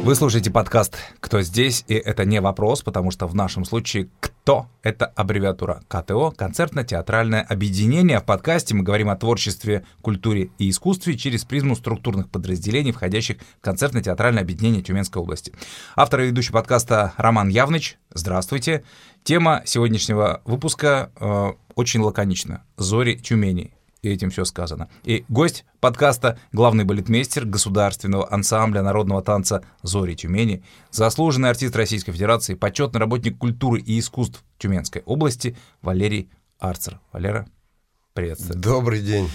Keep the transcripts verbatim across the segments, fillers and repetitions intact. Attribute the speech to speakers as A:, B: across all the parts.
A: Вы слушаете подкаст «Кто здесь?» И это не вопрос, потому что в нашем случае «Кто?» — это аббревиатура КТО, концертно-театральное объединение. В подкасте мы говорим о творчестве, культуре и искусстве через призму структурных подразделений, входящих в концертно-театральное объединение Тюменской области. Автор и ведущий подкаста Роман Явныч. Здравствуйте. Тема сегодняшнего выпуска э, очень лаконична. «Зори Тюмени». И этим все сказано. И гость подкаста — главный балетмейстер Государственного ансамбля народного танца «Зори Тюмени», заслуженный артист Российской Федерации, почетный работник культуры и искусств Тюменской области Валерий Арцер. Валера, приветствую.
B: Добрый день.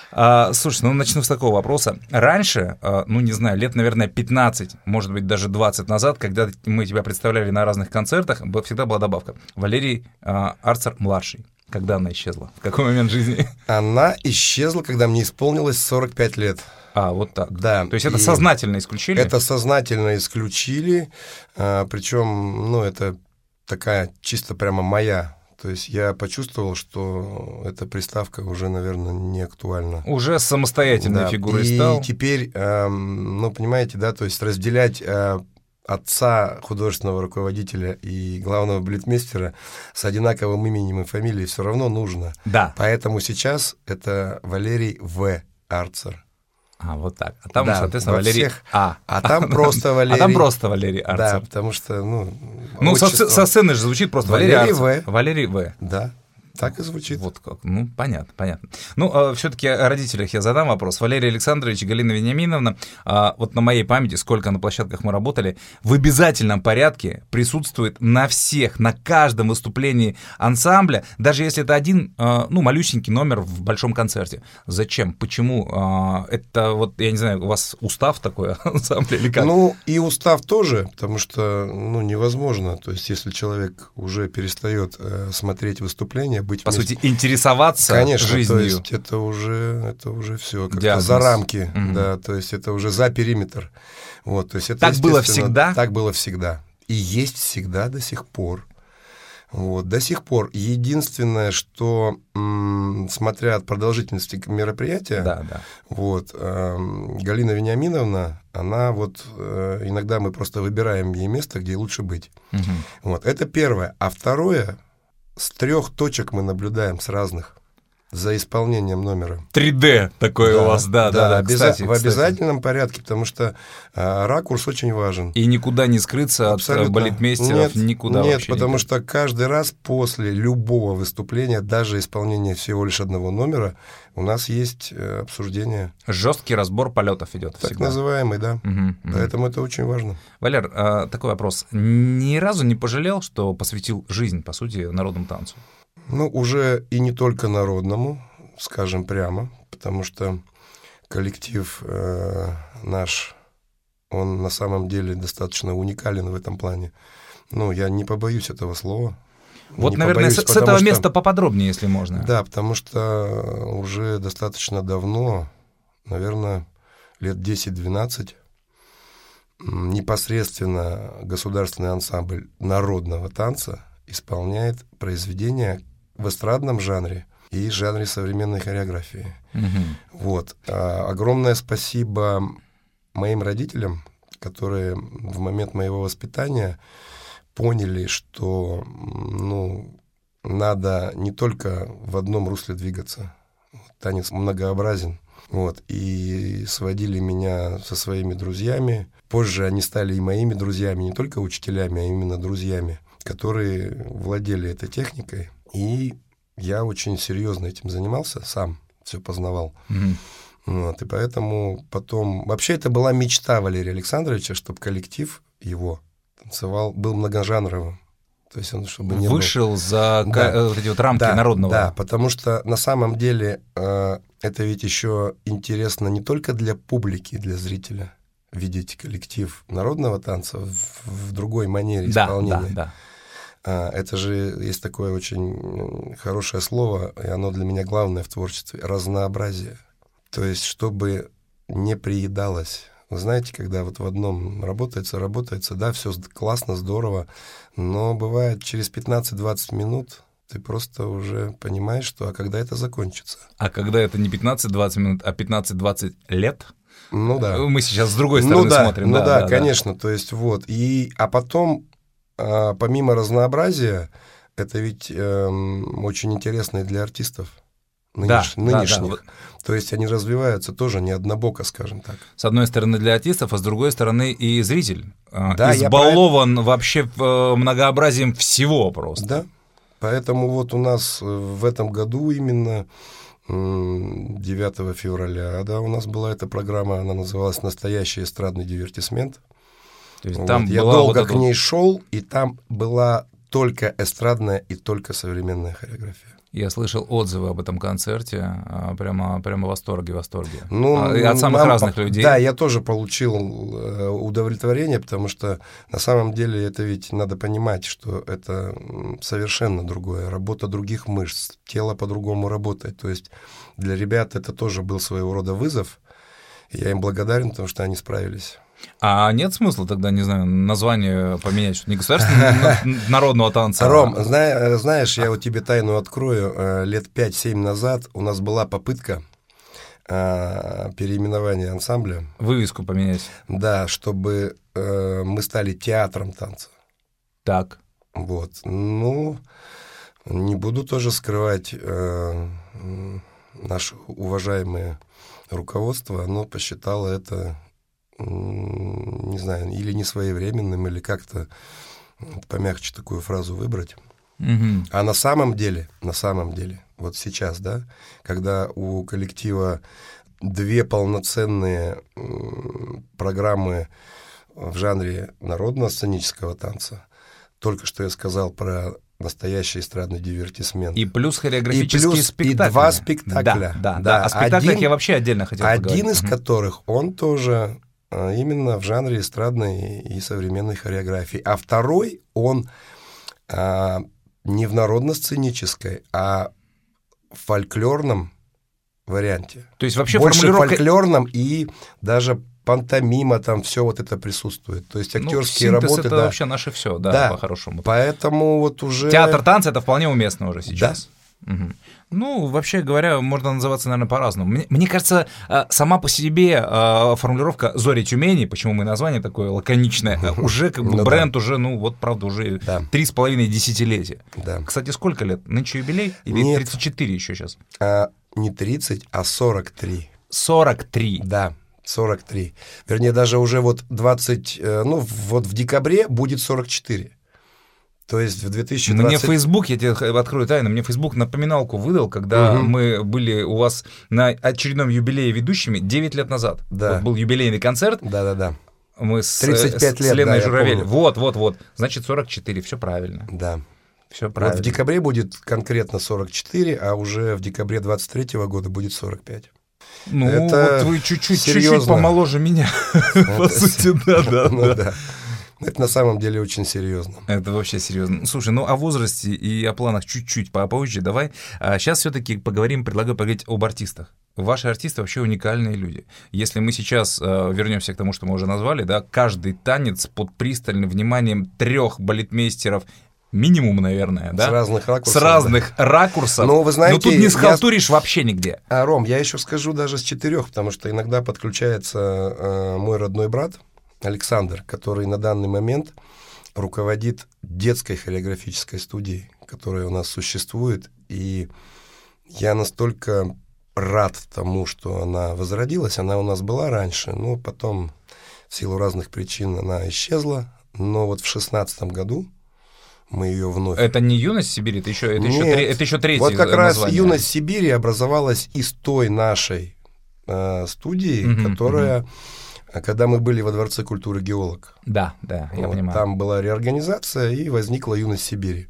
A: А, слушай, ну начну с такого вопроса. Раньше, а, ну не знаю, лет, наверное, пятнадцать, может быть, даже двадцать назад, когда мы тебя представляли на разных концертах, всегда была добавка: Валерий а, Арцер-младший. Когда она исчезла? В какой момент жизни?
B: Она исчезла, когда мне исполнилось сорок пять лет.
A: А, вот так.
B: Да.
A: То есть это сознательно исключили?
B: Это сознательно исключили, а, причем, ну, это такая чисто прямо моя. То есть я почувствовал, что эта приставка уже, наверное, не актуальна.
A: Уже самостоятельной
B: да.
A: фигурой
B: и
A: стал.
B: И теперь, а, ну, понимаете, да, то есть разделять... А, отца художественного руководителя и главного балетмейстера с одинаковым именем и фамилией все равно нужно.
A: Да.
B: Поэтому сейчас это Валерий В. Арцер.
A: А, вот так. А там,
B: да,
A: соответственно, Валерий
B: всех...
A: А.
B: А там просто Валерий...
A: А там просто Валерий Арцер.
B: Да, потому что, ну...
A: Ну, отчество... со, со сцены же звучит просто Валерий, Валерий Арцер. В. Валерий В.
B: Да. Так и звучит.
A: Вот как. Ну, понятно, понятно. Ну, э, все-таки о родителях я задам вопрос. Валерий Александрович и Галина Вениаминовна, э, вот на моей памяти, сколько на площадках мы работали, в обязательном порядке присутствует на всех, на каждом выступлении ансамбля, даже если это один, э, ну, малюсенький номер в большом концерте. Зачем? Почему? Э, это вот, я не знаю, у вас устав такой ансамбля или как?
B: Ну, и устав тоже, потому что, ну, невозможно. То есть, если человек уже перестает э, смотреть выступления, быть
A: по
B: вместе...
A: сути, интересоваться
B: Конечно,
A: жизнью.
B: То есть это уже, это уже все как-то за рамки, mm-hmm. да, то есть это уже за периметр. Вот, то есть это,
A: так было всегда?
B: Так было всегда. И есть всегда до сих пор. Вот, до сих пор. Единственное, что, м- смотря от продолжительности мероприятия,
A: да, да.
B: Вот, э- Галина Вениаминовна, она вот, э- иногда мы просто выбираем ей место, где лучше быть.
A: Mm-hmm.
B: Вот, это первое. А второе... С трех точек мы наблюдаем, с разных, за исполнением номера.
A: три дэ такое да, у вас, да, да, да.
B: Обяза-
A: кстати,
B: в обязательном кстати. порядке, потому что а, ракурс очень важен.
A: И никуда не скрыться Абсолютно. От балетмейстеров,
B: нет,
A: никуда
B: нет,
A: вообще.
B: Нет, потому
A: никак.
B: что каждый раз после любого выступления, даже исполнения всего лишь одного номера, у нас есть э, обсуждение.
A: Жесткий разбор полетов идет.
B: Так
A: всегда.
B: называемый, да.
A: Угу,
B: Поэтому
A: угу.
B: это очень важно.
A: Валер, э, такой вопрос. Ни разу не пожалел, что посвятил жизнь, по сути, народному танцу?
B: Ну, уже и не только народному, скажем прямо, потому что коллектив э, наш, он на самом деле достаточно уникален в этом плане. Ну, я не побоюсь этого слова.
A: Вот,
B: не
A: наверное,
B: побоюсь,
A: с, с этого
B: что...
A: места поподробнее, если можно.
B: Да, потому что уже достаточно давно, наверное, лет десять-двенадцать, непосредственно государственный ансамбль народного танца исполняет произведения в эстрадном жанре и жанре современной хореографии.
A: Угу.
B: Вот. А, огромное спасибо моим родителям, которые в момент моего воспитания поняли, что, ну, надо не только в одном русле двигаться. Танец многообразен. Вот. И сводили меня со своими друзьями. Позже они стали и моими друзьями, не только учителями, а именно друзьями, которые владели этой техникой. И я очень серьезно этим занимался, сам все познавал.
A: Mm-hmm.
B: Вот, и поэтому потом... Вообще это была мечта Валерия Александровича, чтобы коллектив его танцевал, был многожанровым. То есть он, чтобы не
A: Вышел
B: был...
A: за
B: да.
A: вот эти вот рамки
B: да,
A: народного.
B: Да, потому что на самом деле э, это ведь еще интересно не только для публики, для зрителя, видеть коллектив народного танца в, в другой манере
A: да,
B: исполнения.
A: Да, да.
B: Это же есть такое очень хорошее слово, и оно для меня главное в творчестве — разнообразие. То есть, чтобы не приедалось. Вы знаете, когда вот в одном работается, работается, да, все классно, здорово, но бывает через пятнадцать-двадцать минут ты просто уже понимаешь, что а когда это закончится.
A: А когда это не пятнадцать-двадцать минут, а пятнадцать-двадцать лет?
B: Ну да.
A: Мы сейчас с другой стороны
B: ну, да,
A: смотрим.
B: Ну
A: да,
B: да,
A: да,
B: конечно,
A: да.
B: то есть вот. И, а потом, а, помимо разнообразия, это ведь э, очень интересно и для артистов нынеш,
A: да,
B: нынешних.
A: Да, да.
B: То есть они развиваются тоже не однобоко, скажем так.
A: С одной стороны для артистов, а с другой стороны и зритель.
B: Да,
A: избалован я вообще многообразием всего просто.
B: Да, поэтому вот у нас в этом году именно девятого февраля, да, у нас была эта программа, она называлась «Настоящий эстрадный дивертисмент».
A: То есть
B: вот.
A: там
B: Я
A: была
B: долго
A: вот
B: к ней шел, и там была только эстрадная и только современная хореография.
A: Я слышал отзывы об этом концерте, прямо, прямо в восторге, в восторге.
B: Ну,
A: от самых
B: нам,
A: разных людей.
B: Да, я тоже получил удовлетворение, потому что на самом деле это ведь надо понимать, что это совершенно другое, работа других мышц, тело по-другому работает. То есть для ребят это тоже был своего рода вызов, и я им благодарен, потому что они справились.
A: А нет смысла тогда, не знаю, название поменять, что не государственного народного танца?
B: Ром, знаешь, я вот тебе тайну открою. Лет пять-семь назад у нас была попытка переименования ансамбля.
A: Вывеску поменять.
B: Да, чтобы мы стали театром танца.
A: Так.
B: Вот. Ну, не буду тоже скрывать, наше уважаемое руководство, оно посчитало это... не знаю, или не своевременным, или как-то помягче такую фразу выбрать.
A: Угу.
B: А на самом деле, на самом деле, вот сейчас, да, когда у коллектива две полноценные программы в жанре народного сценического танца, только что я сказал про настоящий эстрадный дивертисмент.
A: И плюс хореографические
B: и плюс,
A: спектакли.
B: И два спектакля.
A: Да, да, да. да. О спектаклях
B: один,
A: я вообще отдельно хотел
B: один
A: поговорить.
B: Один из
A: угу.
B: которых, он тоже... именно в жанре эстрадной и современной хореографии. А второй, он а, не в народно-сценической, а в фольклорном варианте.
A: То есть вообще
B: больше
A: формулировка...
B: фольклорном, и даже пантомима, там все вот это присутствует. То есть актерские
A: ну,
B: работы...
A: это
B: да.
A: вообще наше все, да,
B: да,
A: по-хорошему.
B: Поэтому вот уже...
A: Театр танца — это вполне уместно уже сейчас.
B: Да.
A: Угу. Ну, вообще говоря, можно называться, наверное, по-разному. Мне, мне кажется, сама по себе формулировка «Зори Тюмени», почему мы название такое лаконичное, уже как бы
B: ну,
A: бренд
B: да.
A: уже, ну вот правда, уже
B: да.
A: три с половиной десятилетия.
B: Да.
A: Кстати, сколько лет? Нынче юбилей? Или
B: Нет.
A: тридцать четыре еще сейчас?
B: А, не тридцать, а сорок три.
A: сорок три?
B: Да. сорок три. Вернее, даже уже вот двадцать, ну, вот в декабре будет сорок четыре. То есть в две тысячи двадцатом...
A: Мне Facebook, я тебе открою тайну, мне Facebook напоминалку выдал, когда угу. мы были у вас на очередном юбилее ведущими девять лет назад.
B: Да.
A: Вот был юбилейный концерт.
B: Да-да-да.
A: Мы с,
B: тридцать пять
A: с,
B: лет,
A: с Леной
B: да,
A: Журавель. Вот, вот, вот. Значит, сорок четыре, все правильно.
B: Да.
A: Все правильно.
B: Вот в декабре будет конкретно сорок четыре, а уже в декабре двадцать третьего года будет сорок пять.
A: Ну,
B: это
A: вот вы чуть-чуть, чуть-чуть помоложе меня, по сути, да-да-да.
B: Это на самом деле очень серьезно.
A: Это вообще серьезно. Слушай, ну о возрасте и о планах чуть-чуть попозже давай. А сейчас все-таки поговорим, предлагаю поговорить об артистах. Ваши артисты вообще уникальные люди. Если мы сейчас э, вернемся к тому, что мы уже назвали, да, каждый танец под пристальным вниманием трех балетмейстеров, минимум, наверное, да?
B: С разных ракурсов.
A: С разных да. ракурсов.
B: Но, вы знаете,
A: Но тут не схалтуришь
B: я...
A: вообще нигде.
B: А, Ром, я еще скажу даже с четырех, потому что иногда подключается э, мой родной брат Александр, который на данный момент руководит детской хореографической студией, которая у нас существует, и я настолько рад тому, что она возродилась. Она у нас была раньше, но потом в силу разных причин она исчезла, но вот в шестнадцатом году мы ее вновь...
A: Это не «Юность Сибири», это еще, это еще, это еще третье
B: вот как
A: название.
B: раз «Юность Сибири» образовалась из той нашей э, студии, uh-huh, которая... Uh-huh. Когда мы были во Дворце культуры «Геолог».
A: Да, да, я
B: вот,
A: понимаю.
B: Там была реорганизация, и возникла «Юность Сибири».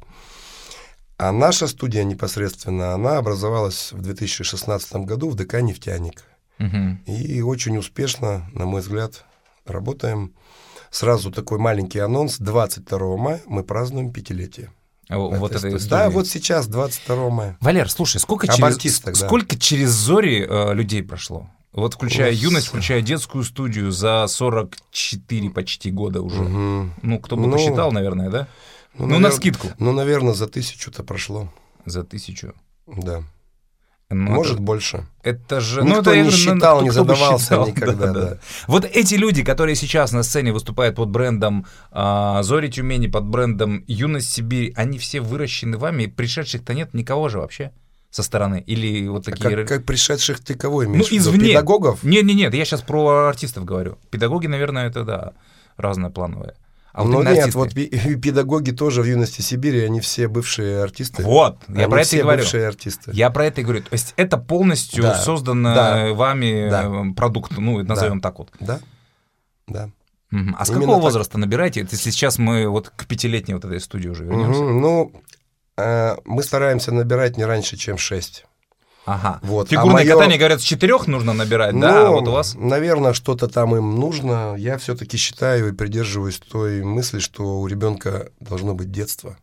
B: А наша студия непосредственно, она образовалась в две тысячи шестнадцатом году в ДК «Нефтяник».
A: Угу.
B: И очень успешно, на мой взгляд, работаем. Сразу такой маленький анонс. двадцать второго мая мы празднуем пятилетие.
A: Вот это история.
B: Да, вот сейчас, двадцать второго мая.
A: Валер, слушай, сколько, через, артистах, сколько да. через Зори э, людей прошло? Вот включая Ой, юность, включая детскую студию за сорок четыре почти года уже. Угу. Ну, кто бы ну, посчитал, наверное, да? Ну,
B: ну
A: навер... навскидку.
B: Ну, наверное, за тысячу-то прошло.
A: За тысячу?
B: Да.
A: Ну,
B: Может,
A: это,
B: больше.
A: Это же...
B: Никто
A: ну, это,
B: не считал,
A: кто,
B: не
A: кто
B: задавался
A: считал?
B: никогда.
A: Да,
B: Да.
A: Да. Вот эти люди, которые сейчас на сцене выступают под брендом а, Зори Тюмени, под брендом Юность Сибири, они все выращены вами, пришедших-то нет никого же вообще со стороны? Или вот такие...
B: А как, как пришедших ты кого имеешь?
A: Ну, извне.
B: Педагогов?
A: Нет, нет, нет, я сейчас про артистов говорю. Педагоги, наверное, это, да, разноплановые. А вот
B: ну нет,
A: артисты...
B: вот педагоги тоже в «Юности Сибири», они все бывшие артисты.
A: Вот, я
B: они
A: про это и говорю.
B: бывшие артисты.
A: Я про это и говорю. То есть это полностью
B: да.
A: созданный
B: да.
A: вами
B: да.
A: продукт, ну, назовем
B: да.
A: так вот.
B: Да, да.
A: Угу. А с
B: Именно
A: какого
B: так.
A: возраста набираете? Если сейчас мы вот к пятилетней вот этой студии уже вернемся.
B: Угу. Ну, э, мы стараемся набирать не раньше, чем шесть.
A: Ага.
B: Вот.
A: Фигурное
B: а моё...
A: катание, говорят, с четырех нужно набирать,
B: ну,
A: да? А вот у вас?
B: Наверное, что-то там им нужно. Я все-таки считаю и придерживаюсь той мысли, что у ребенка должно быть детство.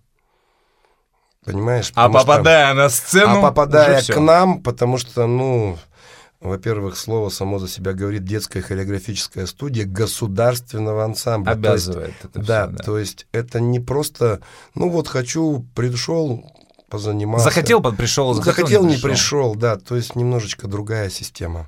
B: Понимаешь?
A: А попадая
B: что...
A: на сцену,
B: а попадая
A: уже
B: к нам, потому что, ну, во-первых, слово само за себя говорит, детская хореографическая студия государственного ансамбля.
A: Обязывает
B: то есть,
A: это
B: да,
A: все, да.
B: то есть это не просто, ну вот хочу, пришел, позанимался.
A: Захотел, пришел, захотел,
B: захотел,
A: не
B: не
A: пришел.
B: пришел, да, то есть немножечко другая система.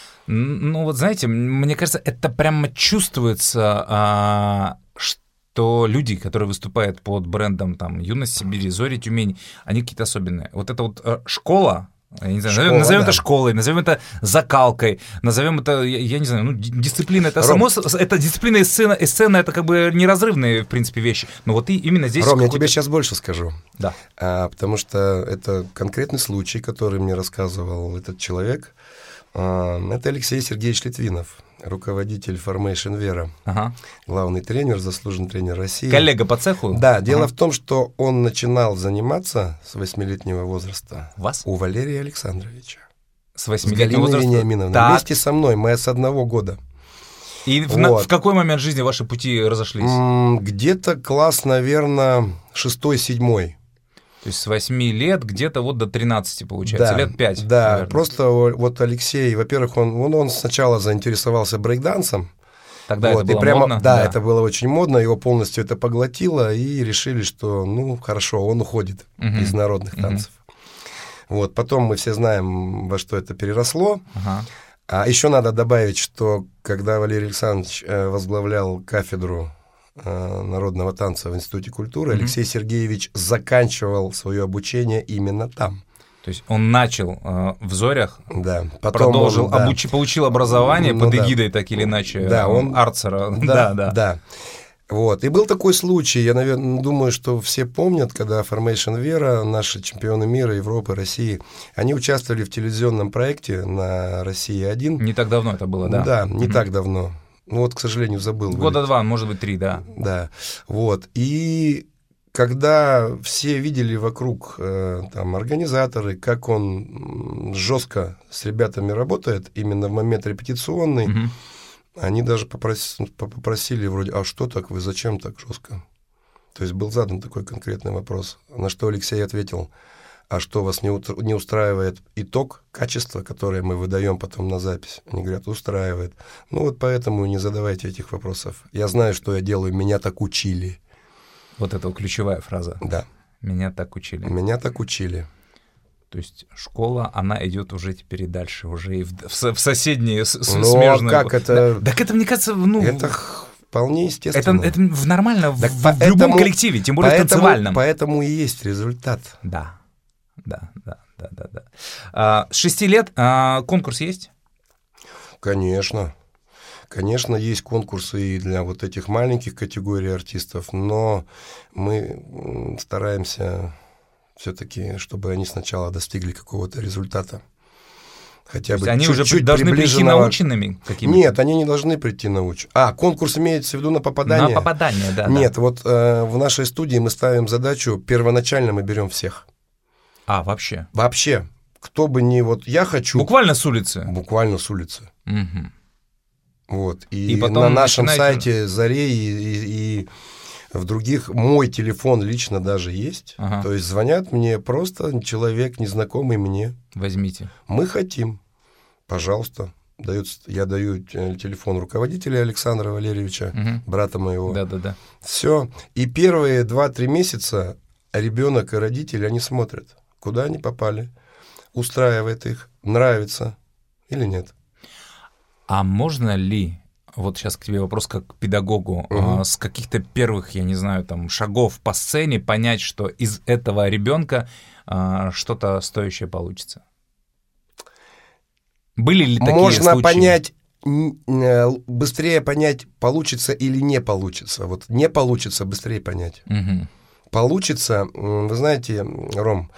A: Ну вот знаете, мне кажется, это прямо чувствуется, а, что люди, которые выступают под брендом там «Юность Сибири», «Зори Тюмень», они какие-то особенные. Вот эта вот а, школа, я не знаю,
B: Школа,
A: назовем
B: да.
A: это школой, назовем это закалкой, назовем это, я, я не знаю, ну, дисциплина, это
B: Ром,
A: само, это дисциплина и сцена, и сцена, это как бы неразрывные, в принципе, вещи. Но вот и именно здесь...
B: Ром, я тебе сейчас больше скажу.
A: Да.
B: А, потому что это конкретный случай, который мне рассказывал этот человек. А, это Алексей Сергеевич Литвинов, руководитель Formation Vera,
A: Ага.
B: главный тренер, заслуженный тренер России.
A: Коллега по цеху?
B: Да, дело
A: ага.
B: в том, что он начинал заниматься с восьмилетнего возраста
A: Вас?
B: у Валерия Александровича.
A: С
B: С
A: восьмилетнего
B: Галиной
A: возраста?
B: Вениаминовной.
A: Так.
B: Вместе со мной, мы с одного года.
A: И в,
B: Вот.
A: на, в какой момент жизни ваши пути разошлись?
B: М, Где-то класс, наверное, шестой-седьмой.
A: То есть с восьми лет где-то вот до тринадцати, получается,
B: Да,
A: лет пять.
B: Да,
A: наверное.
B: просто вот Алексей, во-первых, он, он, он сначала заинтересовался брейкдансом.
A: Тогда
B: вот,
A: это было
B: и прямо,
A: модно.
B: Да,
A: Да,
B: это было очень модно, его полностью это поглотило, и решили, что, ну, хорошо, он уходит
A: Угу.
B: из народных
A: Мгм.
B: танцев. Вот, потом мы все знаем, во что это переросло.
A: Ага.
B: А еще надо добавить, что когда Валерий Александрович э, возглавлял кафедру э, народного танца в Институте культуры,
A: Мгм.
B: Алексей Сергеевич заканчивал свое обучение именно там.
A: То есть он начал э, в Зорях,
B: Да, потом
A: продолжил,
B: он, да,
A: обучи- получил образование
B: Ну
A: под
B: да.
A: эгидой, так или иначе,
B: Да,
A: э,
B: он-
A: Арцера.
B: Да,
A: Да, да.
B: да. Вот. И был такой случай, я, наверное, думаю, что все помнят, когда Formation Vera, наши чемпионы мира, Европы, России, они участвовали в телевизионном проекте на России один.
A: Не так давно это было, да?
B: Да, не
A: Мгм.
B: так давно. Ну вот, к сожалению, забыл.
A: Года
B: вылетел.
A: два, может быть, три, да.
B: Да, вот. И когда все видели вокруг э, там организаторы, как он жестко с ребятами работает, именно в момент репетиционный,
A: Мгм.
B: они даже попросили, попросили вроде, а что так, вы зачем так жестко? То есть был задан такой конкретный вопрос, на что Алексей ответил, а что вас не, ут- не устраивает итог, качество, которое мы выдаем потом на запись? Они говорят, устраивает. Ну вот поэтому не задавайте этих вопросов. Я знаю, что я делаю, меня так учили.
A: Вот это ключевая фраза.
B: Да,
A: Меня так учили.
B: меня так учили.
A: То есть школа, она идет уже теперь и дальше, уже и в, в со- в соседние с- с-
B: Ну, а
A: смежные.
B: как это?
A: Да, так это, мне кажется, ну...
B: Это х- вполне
A: Это,
B: естественно.
A: это в- нормально в,
B: Так
A: в
B: поэтому-
A: любом коллективе, тем более в
B: поэтому,
A: танцевальном.
B: Поэтому и есть результат.
A: Да, да, да, да, да. да. А, с шести лет а, конкурс есть?
B: Конечно. Конечно, есть конкурсы и для вот этих маленьких категорий артистов, но мы м, стараемся все-таки, чтобы они сначала достигли какого-то результата. Хотя
A: То
B: бы
A: есть они уже
B: чуть-чуть
A: должны прийти
B: приближенного-
A: наученными какими-то?
B: Нет, они не должны прийти научно. А, конкурс имеется в виду на попадание?
A: На попадание, да.
B: Нет,
A: да.
B: вот э, в нашей студии мы ставим задачу, первоначально мы берем всех.
A: А, вообще?
B: Вообще, кто бы ни... Вот я хочу...
A: Буквально с улицы?
B: Буквально с улицы.
A: Мгм.
B: Вот. И,
A: И потом
B: на нашем
A: начинаете-
B: сайте Заре и, и- и в других мой телефон лично даже есть.
A: Ага.
B: То есть звонят мне просто человек, незнакомый мне.
A: Возьмите.
B: Мы хотим. Пожалуйста. Дают, я даю э, телефон руководителя Александра Валерьевича,
A: Мгм.
B: брата моего.
A: Да-да-да.
B: Все. И первые два-три месяца ребенок и родители, они смотрят. куда они попали, устраивает их, нравится или нет.
A: А можно ли, вот сейчас к тебе вопрос как к педагогу, угу. с каких-то первых, я не знаю, там, шагов по сцене понять, что из этого ребенка а, что-то стоящее получится? Были ли такие
B: Можно
A: случаи?
B: понять, быстрее понять, получится или не получится. Вот не получится, быстрее понять.
A: Угу.
B: Получится, вы знаете, Ром,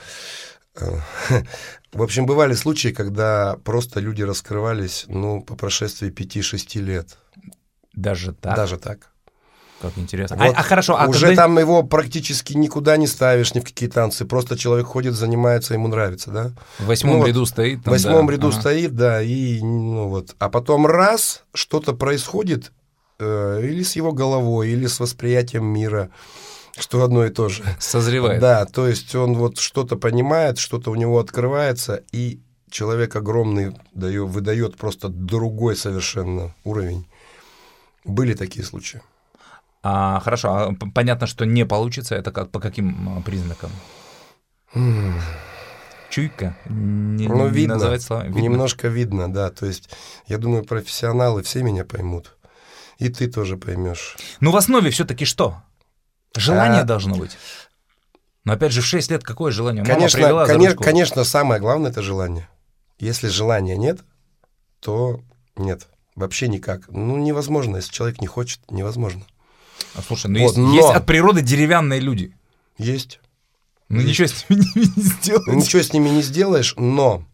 B: в общем, бывали случаи, когда просто люди раскрывались, ну, по прошествии пяти-шести лет.
A: Даже так?
B: Даже так.
A: Как интересно.
B: Вот
A: а, а хорошо, а
B: уже
A: когда...
B: там его практически никуда не ставишь, ни в какие танцы. Просто человек ходит, занимается, ему нравится, да?
A: В восьмом
B: ну,
A: ряду
B: вот,
A: стоит. Там,
B: в восьмом
A: да.
B: ряду
A: ага.
B: стоит, да, и ну вот. А потом раз, что-то происходит э, или с его головой, или с восприятием мира, что одно и то же.
A: Созревает.
B: Да, то есть он вот что-то понимает, что-то у него открывается, и человек огромный дает, выдает просто другой совершенно уровень. Были такие случаи.
A: А, хорошо, а понятно, что не получится. Это как, по каким признакам?
B: Mm.
A: Чуйка? Не,
B: ну,
A: не
B: видно.
A: Называть словами? Видно.
B: Немножко видно, да. То есть, я думаю, профессионалы все меня поймут. И ты тоже поймешь.
A: Ну, в основе все-таки что? Желание
B: а...
A: должно быть. Но опять же, в шесть лет какое желание?
B: Конечно,
A: Мама привела
B: конечно,
A: за ручку.
B: конечно, самое главное — это желание. Если желания нет, то нет. Вообще никак. Ну, невозможно. Если человек не хочет, невозможно.
A: А, слушай, ну
B: вот,
A: есть,
B: но...
A: есть от природы деревянные люди.
B: Есть.
A: Ну
B: есть.
A: ничего с ними не, не сделаешь.
B: Ничего с ними не сделаешь, но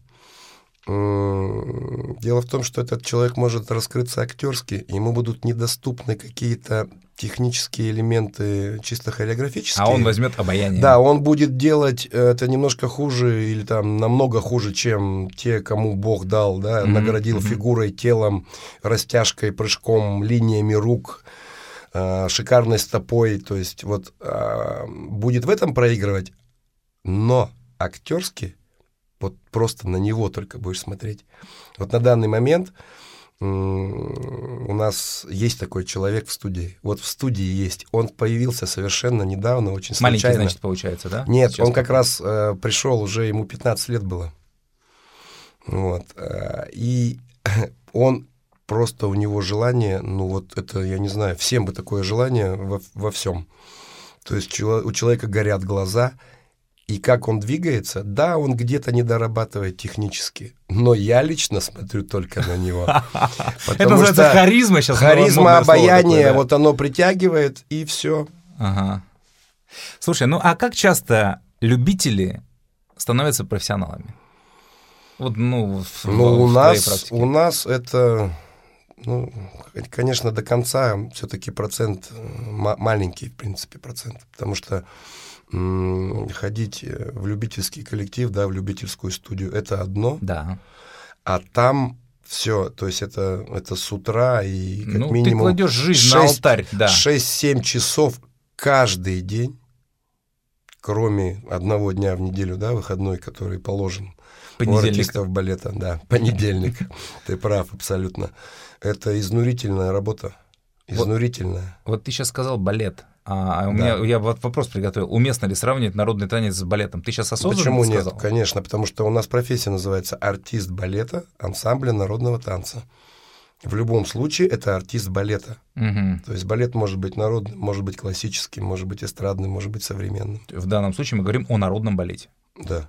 B: м- дело в том, что этот человек может раскрыться актерски, ему будут недоступны какие-то технические элементы чисто хореографические.
A: А он возьмет обаяние.
B: Да, он будет делать это немножко хуже или там намного хуже, чем те, кому Бог дал, да, mm-hmm. наградил mm-hmm. фигурой, телом, растяжкой, прыжком, линиями рук, шикарной стопой, то есть вот будет в этом проигрывать, но актерски вот просто на него только будешь смотреть. Вот на данный момент у нас есть такой человек в студии. Вот в студии есть. Он появился совершенно недавно, очень случайно.
A: Маленький, значит, получается, да?
B: Нет,
A: Сейчас
B: он как
A: пока.
B: раз э, пришел, уже ему пятнадцать лет было. Вот. Э, и он просто, у него желание, ну вот это, я не знаю, всем бы такое желание во, во всем. То есть чело, у человека горят глаза, и как он двигается, да, он где-то не дорабатывает технически, но я лично смотрю только на него.
A: Это называется харизма сейчас.
B: Харизма, обаяние, вот оно притягивает, и все.
A: Ага. Слушай, ну а как часто любители становятся профессионалами? Вот, ну, в,
B: ну
A: в
B: у, нас,
A: практике.
B: у нас это, ну, конечно, до конца все-таки процент маленький, в принципе, процент, потому что ходить в любительский коллектив, да, в любительскую студию, это одно,
A: да.
B: А там все, то есть это, это с утра и как
A: ну,
B: минимум
A: ты кладешь жизнь шесть, на алтарь, да.
B: шесть-семь часов каждый день, кроме одного дня в неделю, да, выходной, который положен у артистов балета, да, понедельник, ты прав абсолютно. Это изнурительная работа, изнурительная.
A: Вот, вот ты сейчас сказал балет. А у
B: да.
A: меня я вот вопрос приготовил. Уместно ли сравнивать народный танец с балетом? Ты сейчас осознанно
B: Почему
A: сказал?
B: нет? Конечно, потому что у нас профессия называется артист балета ансамбля народного танца. В любом случае это артист балета.
A: Угу.
B: То есть балет может быть народным, может быть классическим, может быть эстрадным, может быть современным.
A: В данном случае мы говорим о народном балете.
B: Да.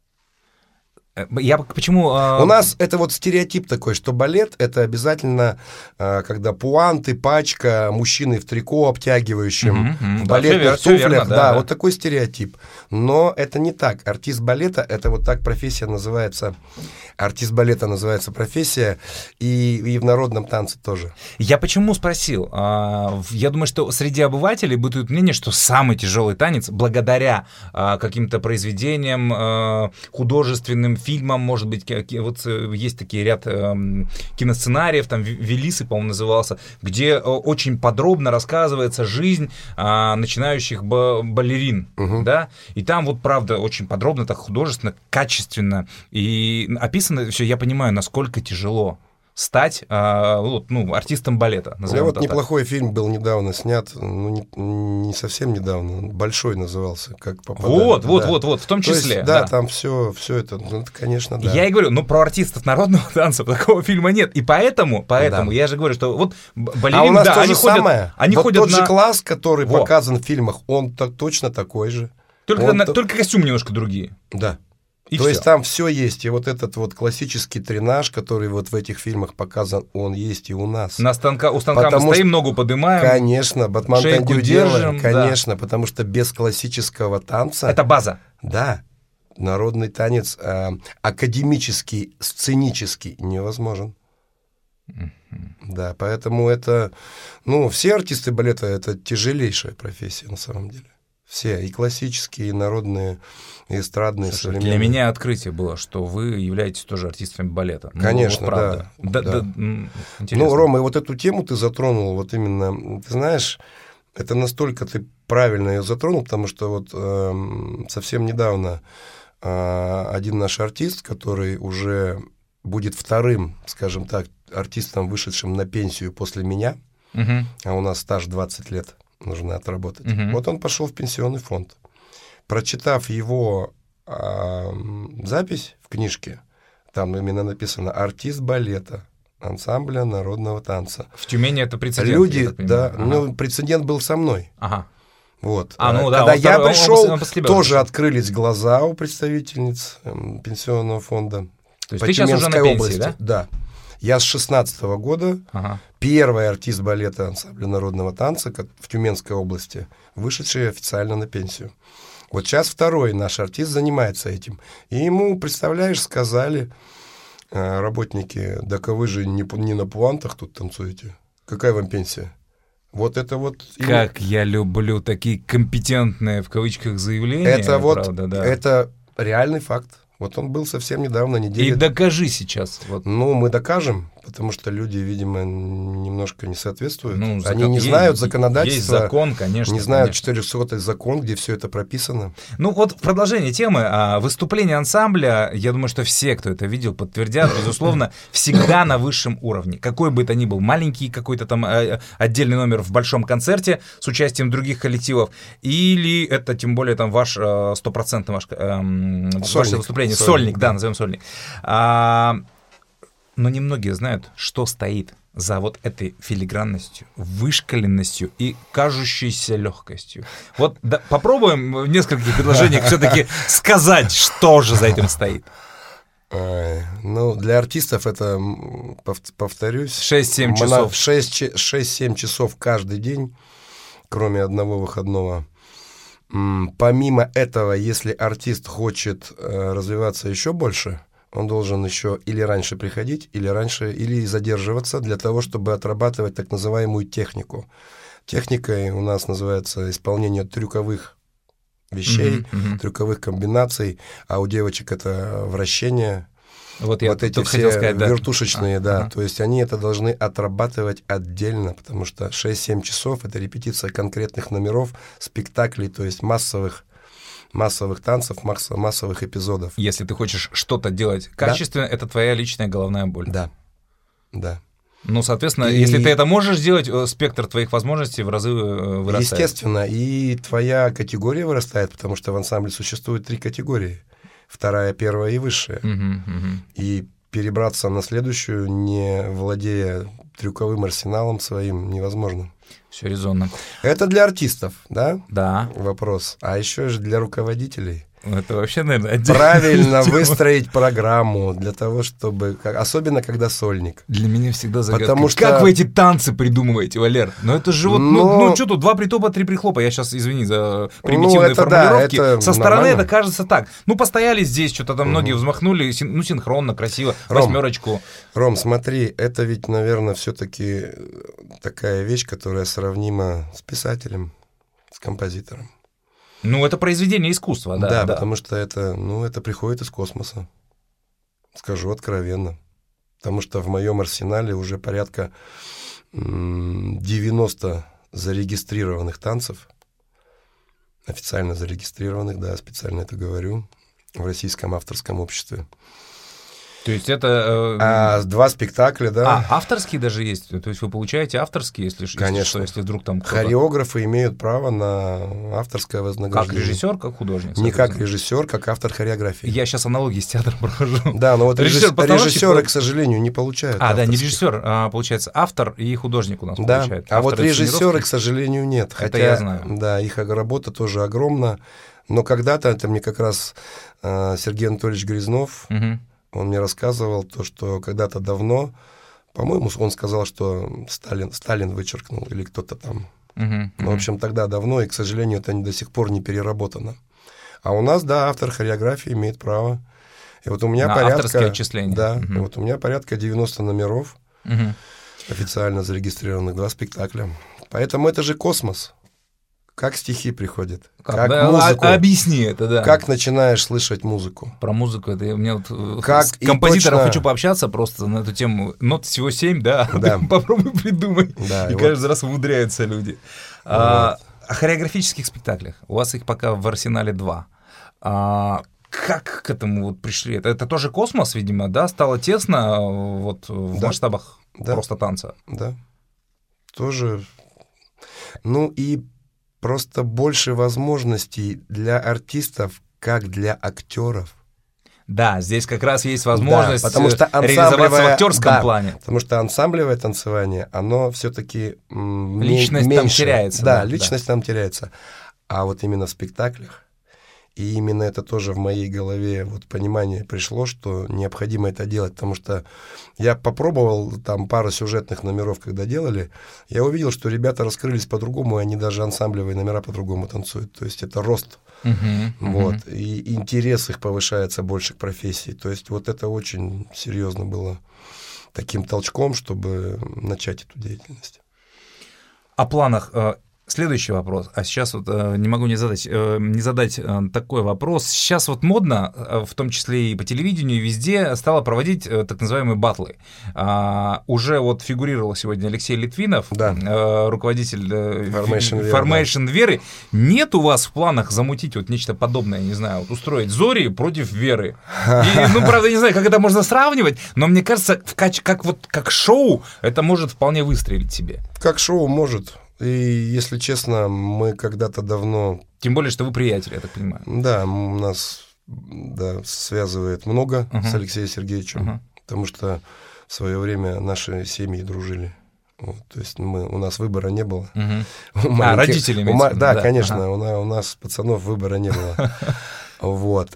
A: Я почему...
B: У нас это вот стереотип такой, что балет — это обязательно, когда пуанты, пачка, мужчины в трико обтягивающим,
A: mm-hmm.
B: в балетных
A: да,
B: туфлях.
A: верно, да,
B: да,
A: да,
B: вот такой стереотип. Но это не так. Артист балета — это вот так профессия называется. Артист балета называется профессия, и, и в народном танце тоже.
A: Я почему спросил? Я думаю, что среди обывателей бытует мнение, что самый тяжелый танец, благодаря каким-то произведениям художественным, фильмам, может быть, вот есть такие ряд киносценариев, там «Велисы», по-моему, назывался, где очень подробно рассказывается жизнь начинающих балерин, угу. да, и там вот, правда, очень подробно, так художественно, качественно, и описано все, я понимаю, насколько тяжело. стать э, вот, ну, артистом балета.
B: У меня вот неплохой так. фильм был недавно снят, ну, не, не совсем недавно, «Большой» назывался. Как попадали.
A: Вот, вот,
B: да.
A: вот, вот, в том числе.
B: То есть, да, да, там все, все это, ну, это, конечно, да.
A: Я и говорю, ну, про артистов народного танца такого фильма нет. И поэтому, поэтому да. я же говорю, что вот балерины,
B: а у нас
A: да,
B: то
A: они
B: же
A: ходят,
B: самое.
A: Они
B: вот
A: ходят
B: тот
A: на...
B: же класс, который
A: Во.
B: показан в фильмах, он так, точно такой же.
A: Только, на,
B: то...
A: только костюмы немножко другие.
B: Да.
A: И
B: То
A: все.
B: есть там все есть, и вот этот вот классический тренаж, который вот в этих фильмах показан, он есть и у нас.
A: На станка, у станка
B: потому
A: мы стоим,
B: что,
A: ногу поднимаем.
B: Конечно, батман-тандю
A: держим,
B: конечно,
A: да.
B: потому что без классического танца...
A: Это база.
B: Да, народный танец э, академический, сценический невозможен. Mm-hmm. Да, поэтому это... Ну, все артисты балета — это тяжелейшая профессия на самом деле. Все, и классические, и народные, и эстрадные,
A: Слушай,
B: современные.
A: Для меня открытие было, что вы являетесь тоже артистами балета.
B: Конечно,
A: ну, вот правда.
B: да.
A: да,
B: да.
A: да
B: ну, Рома, и вот эту тему ты затронул, вот именно, ты знаешь, это настолько ты правильно ее затронул, потому что вот э, совсем недавно э, один наш артист, который уже будет вторым, скажем так, артистом, вышедшим на пенсию после меня,
A: угу.
B: а у нас стаж двадцать лет, нужно отработать.
A: Угу.
B: Вот он пошел в пенсионный фонд. Прочитав его э, запись в книжке, там именно написано «Артист балета, ансамбля народного танца».
A: В Тюмени это прецедент.
B: Люди, да,
A: ага.
B: ну, прецедент был со мной.
A: Ага.
B: Вот.
A: А, ну,
B: Когда
A: да,
B: я
A: он,
B: пришел,
A: он, он, он
B: тоже открылись глаза у представительниц э, пенсионного фонда.
A: То есть ты сейчас уже на пенсии,
B: области.
A: Да?
B: Да. Я с шестнадцатого года
A: ага.
B: первый артист балета ансамбля народного танца в Тюменской области, вышедший официально на пенсию. Вот сейчас второй наш артист занимается этим. И ему, представляешь, сказали э, работники: да-ка вы же не, не на пуантах тут танцуете. Какая вам пенсия? Вот это вот...
A: Как и... я люблю такие компетентные, в кавычках, заявления.
B: Это вот,
A: правда, да.
B: это реальный факт. Вот он был совсем недавно, неделю.
A: И докажи сейчас. Вот.
B: Ну, мы докажем, потому что люди, видимо, немножко не соответствуют.
A: Ну,
B: Они
A: закон...
B: не
A: есть,
B: знают законодательства.
A: Есть закон, конечно.
B: Не знают
A: конечно.
B: четырехсотый закон, где все это прописано.
A: Ну вот в продолжение темы. Выступление ансамбля, я думаю, что все, кто это видел, подтвердят, безусловно, всегда на высшем уровне. Какой бы это ни был, маленький какой-то там отдельный номер в большом концерте с участием других коллективов, или это тем более там ваш стопроцентный ваш, эм, ваше выступление. Сольник, Сольник да, да, назовем сольник. А, но немногие знают, что стоит за вот этой филигранностью, вышкаленностью и кажущейся легкостью. Вот да, попробуем в нескольких предложениях все-таки сказать, что же за этим стоит.
B: А, ну, для артистов это, повторюсь,
A: шесть-семь часов.
B: шесть-семь часов каждый день, кроме одного выходного. Помимо этого, если артист хочет э, развиваться еще больше, он должен еще или раньше приходить, или раньше, или задерживаться для того, чтобы отрабатывать так называемую технику. Техникой у нас называется исполнение трюковых вещей, mm-hmm, mm-hmm. трюковых комбинаций, а у девочек это вращение. Вот, вот эти все сказать, да. вертушечные, а, да, ага. То есть они это должны отрабатывать отдельно, потому что шесть-семь часов — это репетиция конкретных номеров, спектаклей, то есть массовых, массовых танцев, масс, массовых эпизодов.
A: Если ты хочешь что-то делать качественно, да? Это твоя личная головная боль.
B: Да, да.
A: Ну, соответственно, и... если ты это можешь сделать, спектр твоих возможностей в разы вырастает.
B: Естественно, и твоя категория вырастает, потому что в ансамбле существует три категории. Вторая, первая и высшая.
A: Uh-huh, uh-huh.
B: И перебраться на следующую, не владея трюковым арсеналом своим, невозможно.
A: Все резонно.
B: Это для артистов, да?
A: Да.
B: Вопрос. А еще же для руководителей.
A: Это вообще, наверное, отдельно.
B: Правильно выстроить программу для того, чтобы... Особенно, когда сольник.
A: Для меня всегда загадка.
B: Потому что...
A: Как вы эти танцы придумываете, Валер? Ну, это же вот... Но... Ну, ну что тут, два притопа, три прихлопа. Я сейчас, извини за примитивные ну, формулировки. Да, это Со стороны нормально. Это кажется так. Ну, постояли здесь, что-то там угу. многие взмахнули. Ну, синхронно, красиво. Ром, восьмерочку.
B: Ром, смотри, это ведь, наверное, все-таки такая вещь, которая сравнима с писателем, с композитором.
A: Ну, это произведение искусства, да.
B: Да,
A: да.
B: потому что это, ну, это приходит из космоса. Скажу откровенно. Потому что в моем арсенале уже порядка девяносто зарегистрированных танцев. Официально зарегистрированных, да, специально это говорю, в Российском авторском обществе.
A: То есть это... Э...
B: А, два спектакля, да.
A: А, авторские даже есть? То есть вы получаете авторские, если,
B: Конечно.
A: если что, если вдруг там кто-то...
B: Хореографы имеют право на авторское вознаграждение.
A: Как режиссер, как художник?
B: Не как режиссер, как автор хореографии.
A: Я сейчас аналогии с театром прохожу.
B: Да, но вот режиссер, режиссеры,
A: по...
B: к сожалению, не получают.
A: А, да, не режиссер, а получается автор и художник у нас
B: да.
A: получает.
B: А вот режиссеры, к сожалению, нет.
A: Это
B: Хотя,
A: я знаю.
B: Да, их работа тоже огромна. Но когда-то, это мне как раз э, Сергей Анатольевич Грязнов, угу. он мне рассказывал то, что когда-то давно, по-моему, он сказал, что Сталин, Сталин вычеркнул или кто-то там. Uh-huh, uh-huh. В общем, тогда давно, и, к сожалению, это до сих пор не переработано. А у нас, да, автор хореографии имеет право. И вот у меня
A: на
B: порядка...
A: авторские отчисления.
B: Да,
A: uh-huh.
B: и вот у меня порядка девяносто номеров,
A: uh-huh.
B: официально зарегистрированных, два спектакля. Поэтому это же космос. Как стихи приходят, как, как
A: да,
B: музыку.
A: А, объясни это, да.
B: Как начинаешь слышать музыку.
A: Про музыку, это я, мне вот
B: как
A: с композитором
B: точно...
A: хочу пообщаться просто на эту тему. Нот всего семь, да,
B: да.
A: попробуй придумай.
B: Да,
A: и, и каждый вот... раз умудряются люди.
B: Вот.
A: А, о хореографических спектаклях. У вас их пока в арсенале два. А, как к этому вот пришли? Это, это тоже космос, видимо, да? Стало тесно вот в
B: да.
A: масштабах
B: да.
A: просто танца.
B: Да. Тоже. Ну и просто больше возможностей для артистов, как для актеров.
A: Да, здесь как раз есть возможность
B: да, потому что
A: реализоваться в актерском
B: да,
A: плане.
B: Потому что ансамблевое танцевание, оно все-таки м-
A: личность
B: меньше.
A: там теряется.
B: Да,
A: да
B: личность
A: да.
B: там теряется. А вот именно в спектаклях, и именно это тоже в моей голове вот понимание пришло, что необходимо это делать, потому что я попробовал там пару сюжетных номеров, когда делали, я увидел, что ребята раскрылись по-другому, и они даже ансамблевые номера по-другому танцуют. То есть это рост.
A: Uh-huh,
B: вот,
A: uh-huh.
B: и интерес их повышается больше к профессии. То есть вот это очень серьезно было таким толчком, чтобы начать эту деятельность.
A: О планах. Следующий вопрос. А сейчас вот э, не могу не задать, э, не задать э, такой вопрос. Сейчас вот модно, э, в том числе и по телевидению, и везде, стало проводить э, так называемые баттлы. А, уже вот фигурировал сегодня Алексей Литвинов,
B: да.
A: э, руководитель э,
B: Formation,
A: Formation да. Веры. Нет у вас в планах замутить вот нечто подобное, не знаю, вот устроить Зори против Веры? И, ну, правда, не знаю, как это можно сравнивать, но мне кажется, в кач- как, вот, как шоу это может вполне выстрелить себе.
B: Как шоу может. И, если честно, мы когда-то давно...
A: Тем более, что вы приятели, я так понимаю.
B: Да, у нас да, связывает много uh-huh. с Алексеем Сергеевичем, uh-huh. потому что в свое время наши семьи дружили. Вот, то есть мы, у нас выбора не было.
A: Uh-huh. А, родители имеете в виду?
B: Да, конечно, у нас пацанов выбора не было. Вот.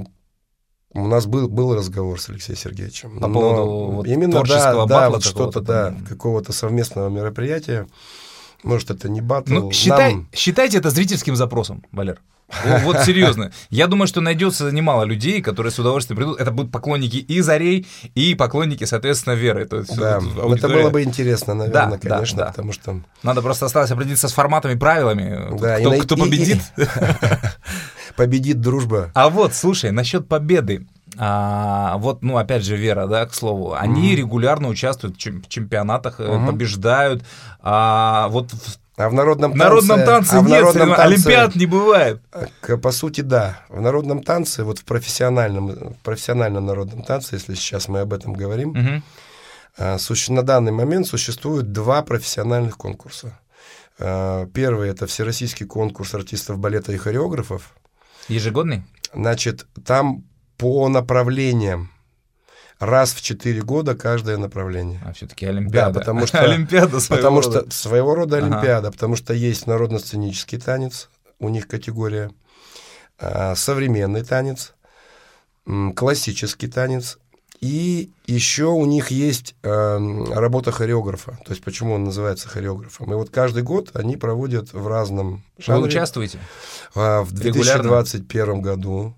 B: У нас был, был разговор с Алексеем Сергеевичем.
A: По поводу вот
B: именно,
A: творческого
B: да,
A: батла
B: да, вот что-то, да, какого-то совместного мероприятия. Может, это не батл.
A: Ну, считай,
B: Нам...
A: Считайте это зрительским запросом, Валер. Вот серьезно. Я думаю, что найдется немало людей, которые с удовольствием придут. Это будут поклонники и Зарей, и поклонники, соответственно, Веры. То есть,
B: да,
A: аудитория...
B: это было бы интересно, наверное,
A: да,
B: конечно,
A: да, да.
B: потому что...
A: Надо просто осталось определиться с форматами, правилами.
B: Да,
A: кто,
B: и,
A: кто
B: и,
A: победит.
B: И, победит дружба.
A: А вот, слушай, насчет победы. А, вот, ну, опять же, Вера, да, к слову, они mm-hmm. регулярно участвуют в чемпионатах, mm-hmm. побеждают. А вот в,
B: а в народном
A: в народном танце,
B: танце, а в
A: нет,
B: народном танце,
A: олимпиад не бывает.
B: По сути, да. В народном танце, вот в профессиональном, в профессиональном народном танце, если сейчас мы об этом говорим, mm-hmm. на данный момент существует два профессиональных конкурса. Первый — это всероссийский конкурс артистов балета и хореографов.
A: Ежегодный?
B: Значит, там по направлениям. Раз в четыре года каждое направление.
A: А все-таки Олимпиада.
B: Да, потому что,
A: Олимпиада своего
B: потому
A: рода.
B: Что, своего рода Олимпиада,
A: ага.
B: потому что есть народно-сценический танец, у них категория, современный танец, классический танец, и еще у них есть работа хореографа. То есть почему он называется хореографом. И вот каждый год они проводят в разном жанре.
A: Вы участвуете?
B: В две тысячи двадцать первом году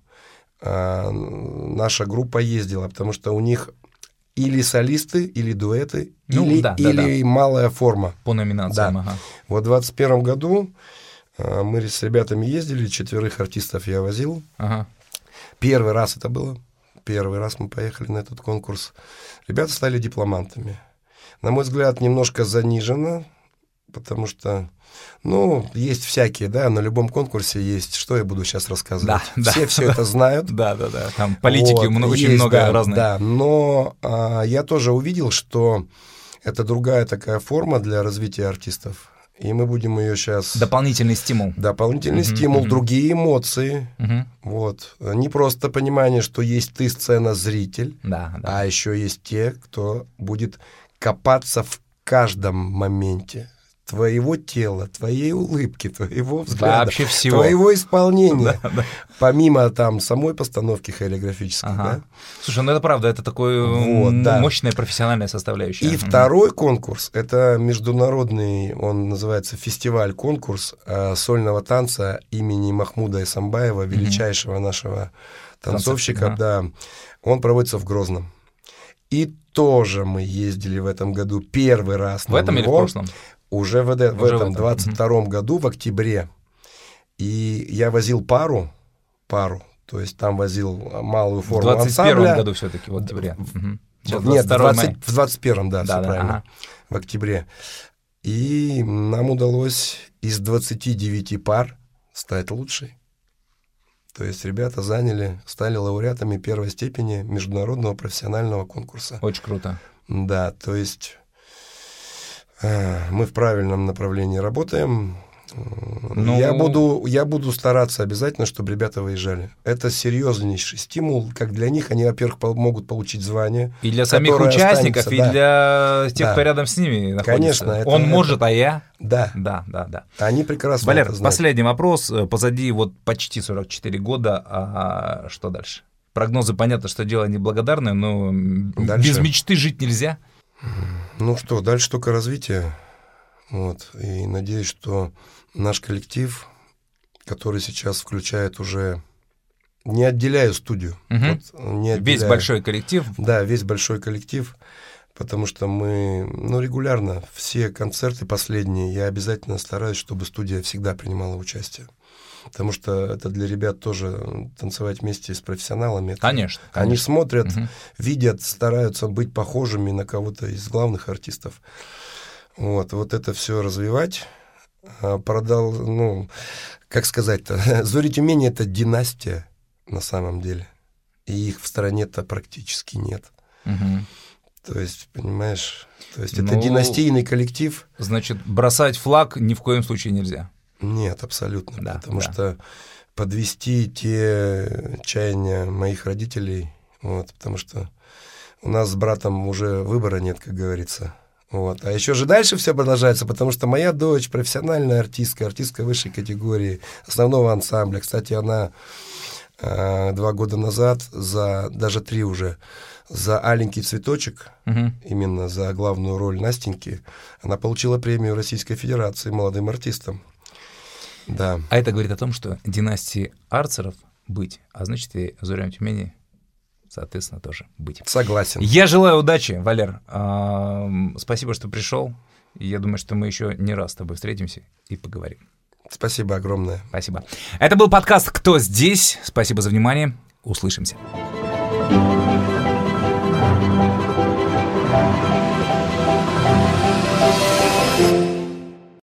B: наша группа ездила, потому что у них или солисты, или дуэты, ну, или, да, или да, да. малая форма.
A: По номинациям,
B: да.
A: ага.
B: Вот в двадцать первом году мы с ребятами ездили, четверых артистов я возил.
A: Ага.
B: Первый раз это было. Первый раз мы поехали на этот конкурс. Ребята стали дипломантами. На мой взгляд, немножко заниженно. потому что, ну, есть всякие, да, на любом конкурсе есть, что я буду сейчас рассказывать.
A: Да,
B: все
A: да.
B: все это знают.
A: Да, да, да, там политики
B: вот,
A: очень
B: есть,
A: много
B: да,
A: разных.
B: Да, но а, я тоже увидел, что это другая такая форма для развития артистов. И мы будем ее сейчас...
A: Дополнительный стимул.
B: Дополнительный
A: uh-huh,
B: стимул,
A: uh-huh.
B: другие эмоции.
A: Uh-huh.
B: Вот. Не просто понимание, что есть ты, сцена, зритель,
A: да, да.
B: а еще есть те, кто будет копаться в каждом моменте твоего тела, твоей улыбки, твоего взгляда,
A: вообще всего.
B: Твоего исполнения,
A: да, да.
B: помимо там самой постановки хореографической.
A: Ага.
B: Да?
A: Слушай, ну это правда, это такое
B: вот, да.
A: мощная профессиональная составляющая.
B: И
A: угу.
B: второй конкурс, это международный, он называется фестиваль-конкурс э, сольного танца имени Махмуда Эсамбаева, величайшего угу. нашего танцовщика. Танцовщик, да. Он проводится в Грозном. И тоже мы ездили в этом году первый раз.
A: В этом
B: него.
A: или в прошлом?
B: Уже в, в
A: Уже
B: этом,
A: в этом.
B: двадцать втором году, в октябре. И я возил пару, пару, то есть там возил малую форму ансамбля.
A: В двадцать первом году все-таки, в октябре.
B: Угу. Нет, двадцать, в двадцать первом, да, да все да, правильно, ага. в октябре. И нам удалось из двадцати девяти пар стать лучшей. То есть ребята заняли, стали лауреатами первой степени международного профессионального конкурса.
A: Очень круто.
B: Да, то есть... Мы в правильном направлении работаем. Ну... Я, буду, я буду стараться обязательно, чтобы ребята выезжали. Это серьезнейший стимул, как для них. Они, во-первых, могут получить звание.
A: И для самих участников, и
B: да.
A: для тех,
B: да.
A: кто рядом с ними находится.
B: Конечно. Это,
A: Он
B: это...
A: может, а я?
B: Да.
A: Да, да, да.
B: Они прекрасно
A: Валер,
B: это знают.
A: Последний вопрос. Позади вот почти сорок четыре года. А что дальше? Прогнозы, понятно, что дело неблагодарное, но дальше... без мечты жить нельзя.
B: Ну что, дальше только развитие. Вот. И надеюсь, что наш коллектив, который сейчас включает уже... Не отделяю студию.
A: Угу.
B: Вот, не отделяю.
A: Весь большой коллектив.
B: Да, весь большой коллектив. Потому что мы, ну, регулярно, все концерты последние, я обязательно стараюсь, чтобы студия всегда принимала участие. Потому что это для ребят тоже танцевать вместе с профессионалами. Это,
A: конечно, конечно.
B: Они смотрят,
A: угу.
B: видят, стараются быть похожими на кого-то из главных артистов. Вот, вот это все развивать. Продал, ну, как сказать-то, Зори Тюмени — это династия на самом деле. И их в стране-то практически нет.
A: Угу.
B: То есть, понимаешь, то есть
A: ну,
B: это династийный коллектив.
A: Значит, бросать флаг ни в коем случае нельзя.
B: Нет, абсолютно. Да, потому
A: да.
B: что подвести те чаяния моих родителей, вот, потому что у нас с братом уже выбора нет, как говорится. Вот. А еще же дальше все продолжается, потому что моя дочь профессиональная артистка, артистка высшей категории, основного ансамбля. Кстати, она э, два года назад, за даже три уже, за «Аленький цветочек», угу. именно за главную роль Настеньки, она получила премию Российской Федерации молодым артистам. Да.
A: А это говорит о том, что династии Арцеров быть, а значит и Зорям Тюмени, соответственно, тоже быть.
B: Согласен.
A: Я желаю удачи, Валер. Спасибо, что пришел. Я думаю, что мы еще не раз с тобой встретимся и поговорим.
B: Спасибо огромное.
A: Спасибо. Это был подкаст «Кто здесь?». Спасибо за внимание. Услышимся.